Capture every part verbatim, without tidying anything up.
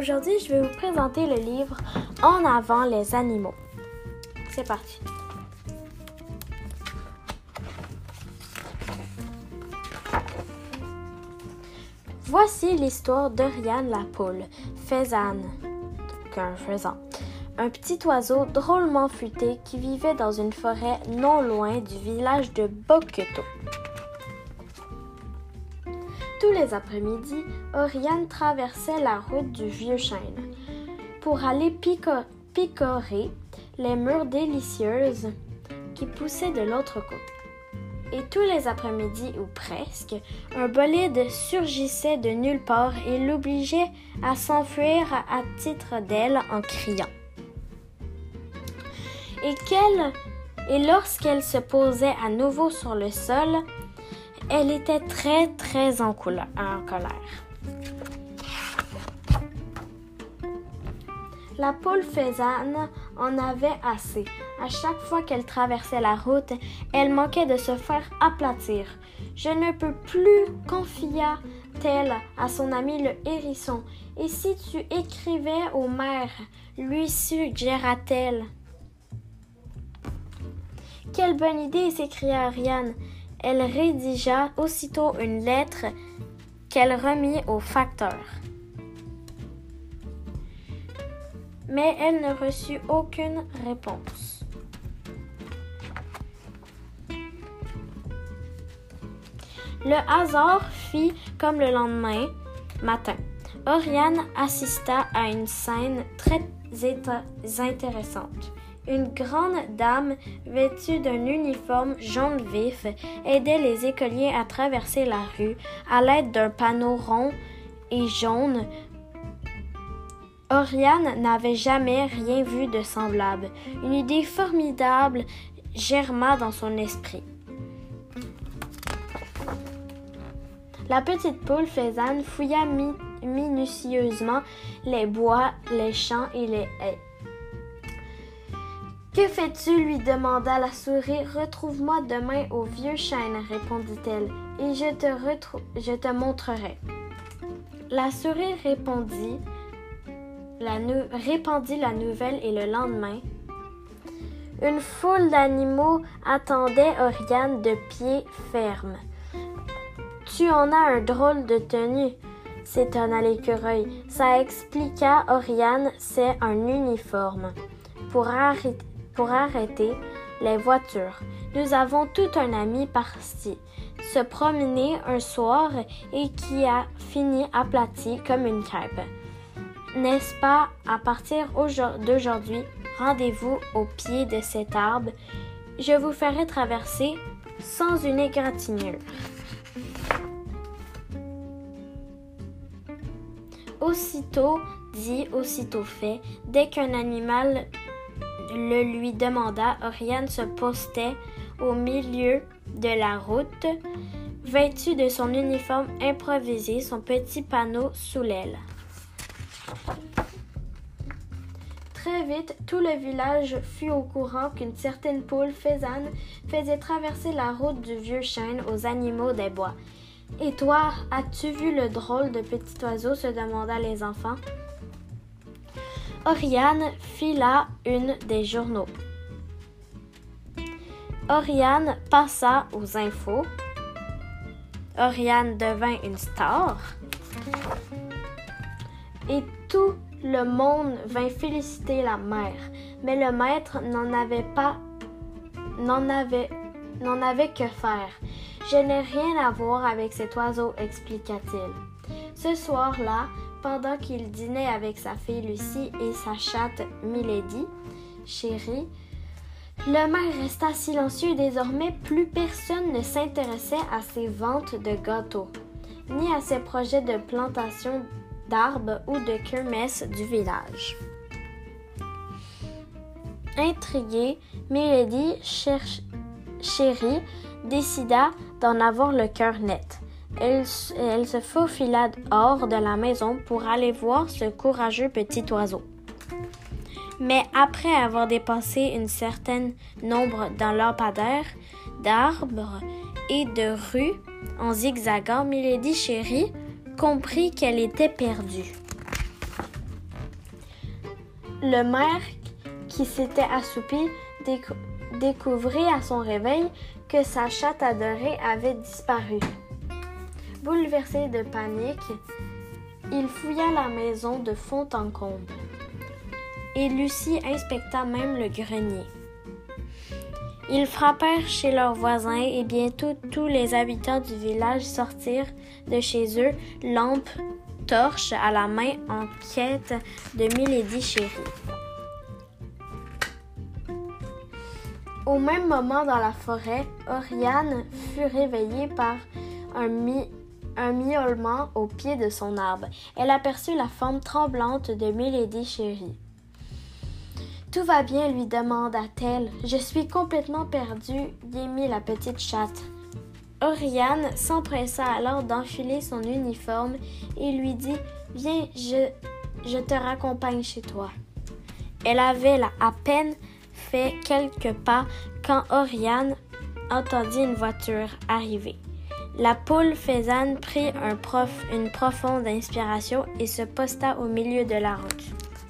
Aujourd'hui, je vais vous présenter le livre « En avant les animaux ». C'est parti. Voici l'histoire d'Oriane la poule, faisane, qu'un faisan, un petit oiseau drôlement futé qui vivait dans une forêt non loin du village de Boqueto. Tous les après-midi, Oriane traversait la route du vieux chêne pour aller pico- picorer les mûres délicieuses qui poussaient de l'autre côté. Et tous les après-midi, ou presque, un bolide surgissait de nulle part et l'obligeait à s'enfuir à titre d'aile en criant. Et, qu'elle, et lorsqu'elle se posait à nouveau sur le sol, elle était très, très en, couleur, en colère. La poule faisane en avait assez. À chaque fois qu'elle traversait la route, elle manquait de se faire aplatir. « Je ne peux plus », confia-t-elle à son ami le hérisson. « Et si tu écrivais au maire ?» lui suggéra-t-elle. « Quelle bonne idée !» s'écria Oriane. Elle rédigea aussitôt une lettre qu'elle remit au facteur. Mais elle ne reçut aucune réponse. Le hasard fit comme le lendemain matin. Oriane assista à une scène très intéressante. Une grande dame vêtue d'un uniforme jaune vif aidait les écoliers à traverser la rue à l'aide d'un panneau rond et jaune. Oriane n'avait jamais rien vu de semblable. Une idée formidable germa dans son esprit. La petite poule faisane fouilla mi- minutieusement les bois, les champs et les haies. « Que fais-tu » lui demanda la souris. « Retrouve-moi demain au vieux chêne, répondit-elle, et je te, retrou- je te montrerai. » La souris répondit la, nou- répandit la nouvelle et le lendemain, une foule d'animaux attendait Oriane de pied ferme. « Tu en as un drôle de tenue » s'étonna l'écureuil. Ça expliqua Oriane, c'est un uniforme. Pour arrêter Pour arrêter les voitures. Nous avons tout un ami parti se promener un soir et qui a fini aplati comme une crêpe. N'est-ce pas, à partir d'aujourd'hui, rendez-vous au pied de cet arbre. Je vous ferai traverser sans une égratignure. Aussitôt dit, aussitôt fait, dès qu'un animal le lui demanda, Oriane se postait au milieu de la route, vêtue de son uniforme improvisé, son petit panneau sous l'aile. Très vite, tout le village fut au courant qu'une certaine poule faisane faisait traverser la route du vieux chêne aux animaux des bois. « Et toi, as-tu vu le drôle de petit oiseau ?» se demanda les enfants. Oriane fila une des journaux. Oriane passa aux infos. Oriane devint une star. Et tout le monde vint féliciter la mère. Mais le maître n'en avait pas, n'en avait, n'en avait que faire. « Je n'ai rien à voir avec cet oiseau » expliqua-t-il. Ce soir-là, pendant qu'il dînait avec sa fille Lucie et sa chatte Milady, chérie, le maire resta silencieux. Désormais, plus personne ne s'intéressait à ses ventes de gâteaux, ni à ses projets de plantation d'arbres ou de kermesse du village. Intriguée, Milady, cher- chérie, décida d'en avoir le cœur net. Elle, elle se faufila hors de la maison pour aller voir ce courageux petit oiseau. Mais après avoir dépassé un certain nombre de lampadaires, d'arbres et de rues en zigzagant, Milady chérie comprit qu'elle était perdue. Le maire, qui s'était assoupi, décou- découvrit à son réveil que sa chatte adorée avait disparu. Bouleversé de panique, il fouilla la maison de fond en comble. Et Lucie inspecta même le grenier. Ils frappèrent chez leurs voisins et bientôt tous les habitants du village sortirent de chez eux, lampes, torches à la main en quête de Milady Chérie. Au même moment dans la forêt, Oriane fut réveillée par un, mi- un miaulement au pied de son arbre. Elle aperçut la forme tremblante de Milady Chérie. « Tout va bien, lui demanda-t-elle. Je suis complètement perdue, gémit la petite chatte. Oriane s'empressa alors d'enfiler son uniforme et lui dit « Viens, je, je te raccompagne chez toi. » Elle avait là à peine fait quelques pas quand Oriane entendit une voiture arriver. La poule faisane prit un prof, une profonde inspiration et se posta au milieu de la route.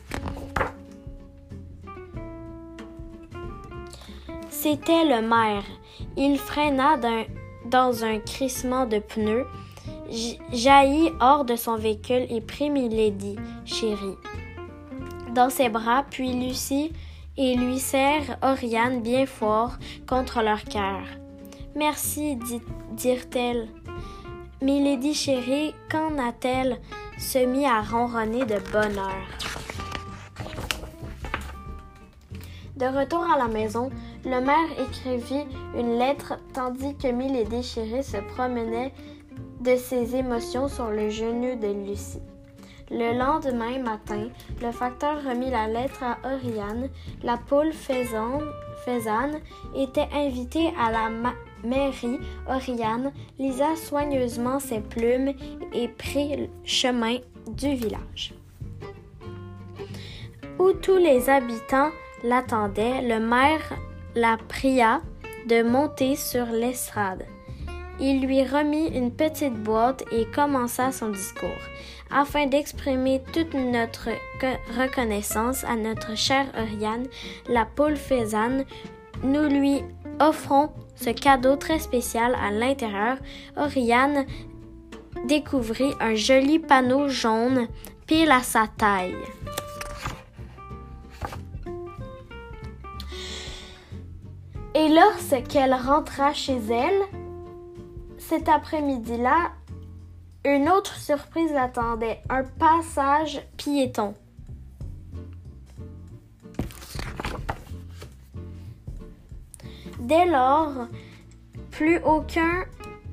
C'était le maire. Il freina d'un, dans un crissement de pneus, j- jaillit hors de son véhicule et prit Milady Chérie dans ses bras, puis Lucie et lui serre Oriane bien fort contre leur cœur. « Merci, dit, dirent-elles. Milady Chérie, qu'en a-t-elle? » se mit à ronronner de bonheur. De retour à la maison, le maire écrivit une lettre tandis que Milady Chérie se promenait de ses émotions sur le genou de Lucie. Le lendemain matin, le facteur remit la lettre à Oriane. La poule faisane, faisane était invitée à la ma- mairie. Oriane lisa soigneusement ses plumes et prit le chemin du village. Où tous les habitants l'attendaient, le maire la pria de monter sur l'estrade. Il lui remit une petite boîte et commença son discours. Afin d'exprimer toute notre reconnaissance à notre chère Oriane, la poule faisane, nous lui offrons ce cadeau très spécial à l'intérieur. Oriane découvrit un joli panneau jaune pile à sa taille. Et lorsqu'elle rentra chez elle, cet après-midi-là, une autre surprise l'attendait, un passage piéton. Dès lors, plus aucun,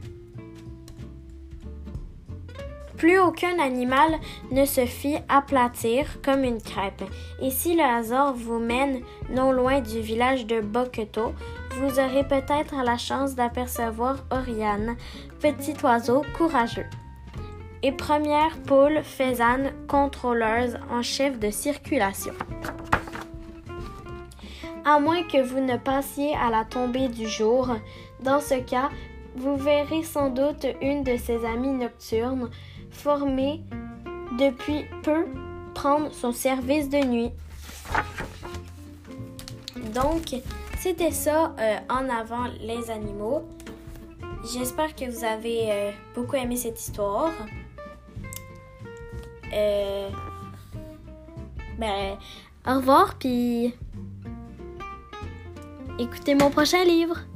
plus aucun animal ne se fit aplatir comme une crêpe. Et si le hasard vous mène non loin du village de Boqueto, vous aurez peut-être la chance d'apercevoir Oriane, petit oiseau courageux, et première poule faisane contrôleuse en chef de circulation. À moins que vous ne passiez à la tombée du jour, dans ce cas, vous verrez sans doute une de ses amies nocturnes, formée depuis peu, prendre son service de nuit. Donc, c'était ça euh, en avant les animaux. J'espère que vous avez euh, beaucoup aimé cette histoire. Euh, ben, au revoir, puis écoutez mon prochain livre.